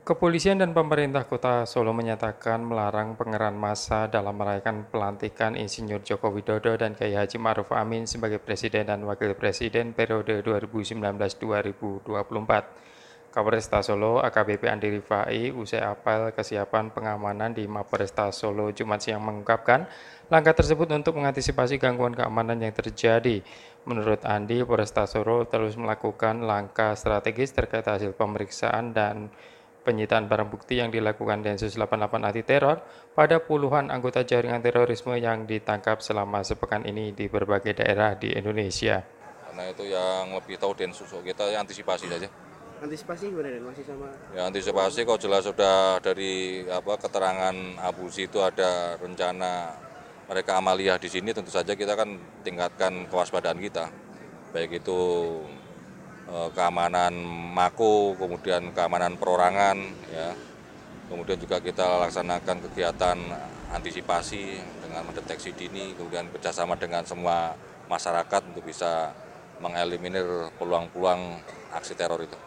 Kepolisian dan pemerintah Kota Solo menyatakan melarang pengerahan massa dalam merayakan pelantikan Insinyur Joko Widodo dan Kiai Haji Ma'ruf Amin sebagai Presiden dan Wakil Presiden periode 2019-2024. Kapolresta Solo AKBP Andi Rifai usai apel kesiapan pengamanan di Mapolresta Solo Jumat siang mengungkapkan langkah tersebut untuk mengantisipasi gangguan keamanan yang terjadi. Menurut Andi, Polresta Solo terus melakukan langkah strategis terkait hasil pemeriksaan dan penyitaan barang bukti yang dilakukan Densus 88 anti teror pada puluhan anggota jaringan terorisme yang ditangkap selama sepekan ini di berbagai daerah di Indonesia. Karena itu yang lebih tahu Densus, kita antisipasi saja. Antisipasi gimana Dan? Masih sama? Ya antisipasi kok jelas sudah dari keterangan Abuzi itu ada rencana mereka amaliyah di sini, tentu saja kita kan tingkatkan kewaspadaan kita. Baik itu keamanan mako, kemudian keamanan perorangan, ya. Kemudian juga kita laksanakan kegiatan antisipasi dengan mendeteksi dini, kemudian kerjasama dengan semua masyarakat untuk bisa mengeliminir peluang-peluang aksi teror itu.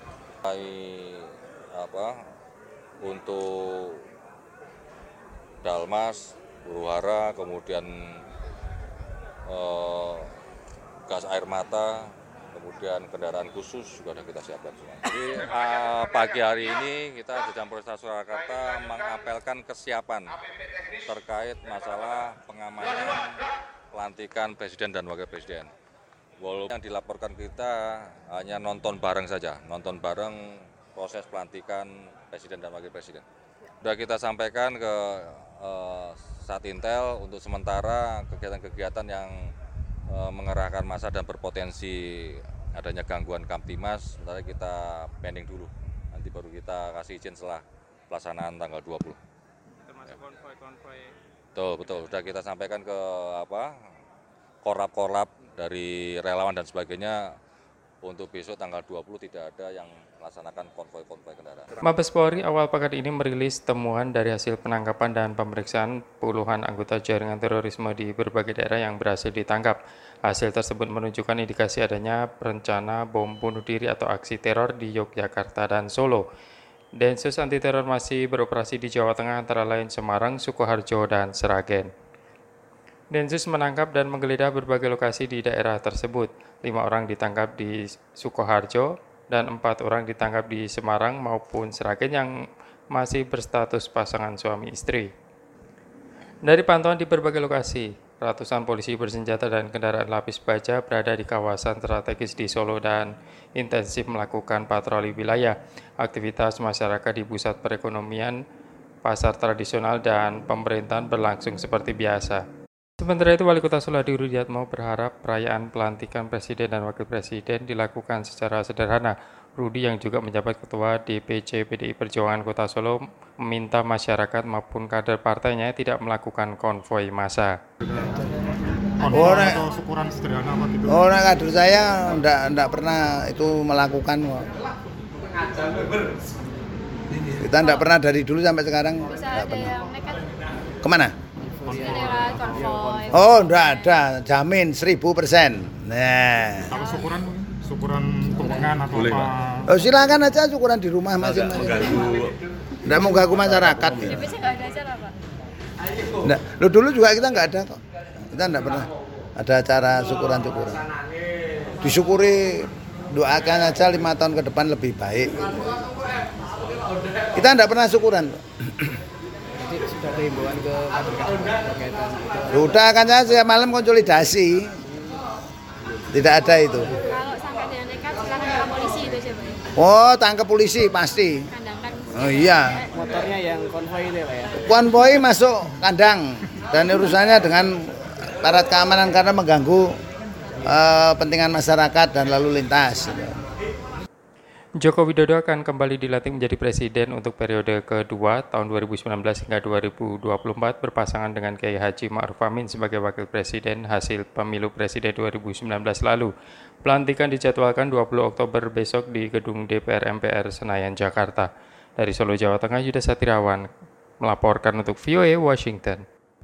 Untuk Dalmas, huru-hara, kemudian gas air mata, kemudian kendaraan khusus juga sudah kita siapkan semua. Jadi pagi hari ini kita di Polresta Surakarta mengapelkan kesiapan terkait masalah pengamanan pelantikan Presiden dan Wakil Presiden. Walaupun yang dilaporkan kita hanya nonton bareng saja, nonton bareng proses pelantikan Presiden dan Wakil Presiden. Sudah kita sampaikan ke Satintel untuk sementara kegiatan-kegiatan yang mengerahkan massa dan berpotensi adanya gangguan Kamtimas, sementara kita pending dulu. Nanti baru kita kasih izin setelah pelaksanaan tanggal 20. Termasuk konvoi-konvoi. Betul. Sudah kita sampaikan ke korlap dari relawan dan sebagainya. Untuk besok tanggal 20 tidak ada yang melaksanakan konvoi-konvoi kendaraan. Mabes Polri awal pekan ini merilis temuan dari hasil penangkapan dan pemeriksaan puluhan anggota jaringan terorisme di berbagai daerah yang berhasil ditangkap. Hasil tersebut menunjukkan indikasi adanya rencana bom bunuh diri atau aksi teror di Yogyakarta dan Solo. Densus anti teror masih beroperasi di Jawa Tengah antara lain Semarang, Sukoharjo, dan Sragen. Densus menangkap dan menggeledah berbagai lokasi di daerah tersebut. 5 orang ditangkap di Sukoharjo dan 4 orang ditangkap di Semarang maupun Sragen yang masih berstatus pasangan suami istri. Dari pantauan di berbagai lokasi, ratusan polisi bersenjata dan kendaraan lapis baja berada di kawasan strategis di Solo dan intensif melakukan patroli wilayah. Aktivitas masyarakat di pusat perekonomian, pasar tradisional, dan pemerintahan berlangsung seperti biasa. Sementara itu, Wali Kota Solo Hadi Rudiatmo berharap perayaan pelantikan Presiden dan Wakil Presiden dilakukan secara sederhana. Rudi yang juga menjabat Ketua DPC PDI Perjuangan Kota Solo meminta masyarakat maupun kader partainya tidak melakukan konvoi massa. Atau syukuran sederhana apa gitu? Kader saya enggak pernah itu melakukan. Kita enggak pernah dari dulu sampai sekarang. Enggak pernah. Kemana? Enggak ada, jamin 1000%. Nah. Kalau syukuran tumpengan atau boleh, apa? Silakan aja syukuran di rumah masing-masing. Enggak mau ganggu masyarakat. DPC enggak ada acara, Pak? Enggak. Dulu juga kita enggak ada kok. Kita enggak pernah ada acara syukuran-syukuran. Disyukuri, doakan aja 5 tahun ke depan lebih baik. Kita enggak pernah syukuran. Jadi sudah ada himbauan ke kader-kader berkaitan itu? Sudah kan saya malam konsolidasi. Tidak ada itu. Kalau sampai dengan nekat silakan ke polisi itu aja, Pak. Oh, tangkap polisi pasti. Kandangkan. Oh iya. Motornya yang konvoi itu ya, Pak ya? Konvoi masuk kandang dan urusannya dengan aparat keamanan karena mengganggu kepentingan masyarakat dan lalu lintas. Joko Widodo akan kembali dilantik menjadi presiden untuk periode kedua tahun 2019 hingga 2024 berpasangan dengan Kiai Haji Ma'ruf Amin sebagai wakil presiden hasil pemilu presiden 2019 lalu. Pelantikan dijadwalkan 20 Oktober besok di gedung DPR MPR Senayan, Jakarta. Dari Solo, Jawa Tengah, Yuda Satirawan melaporkan untuk VOA Washington.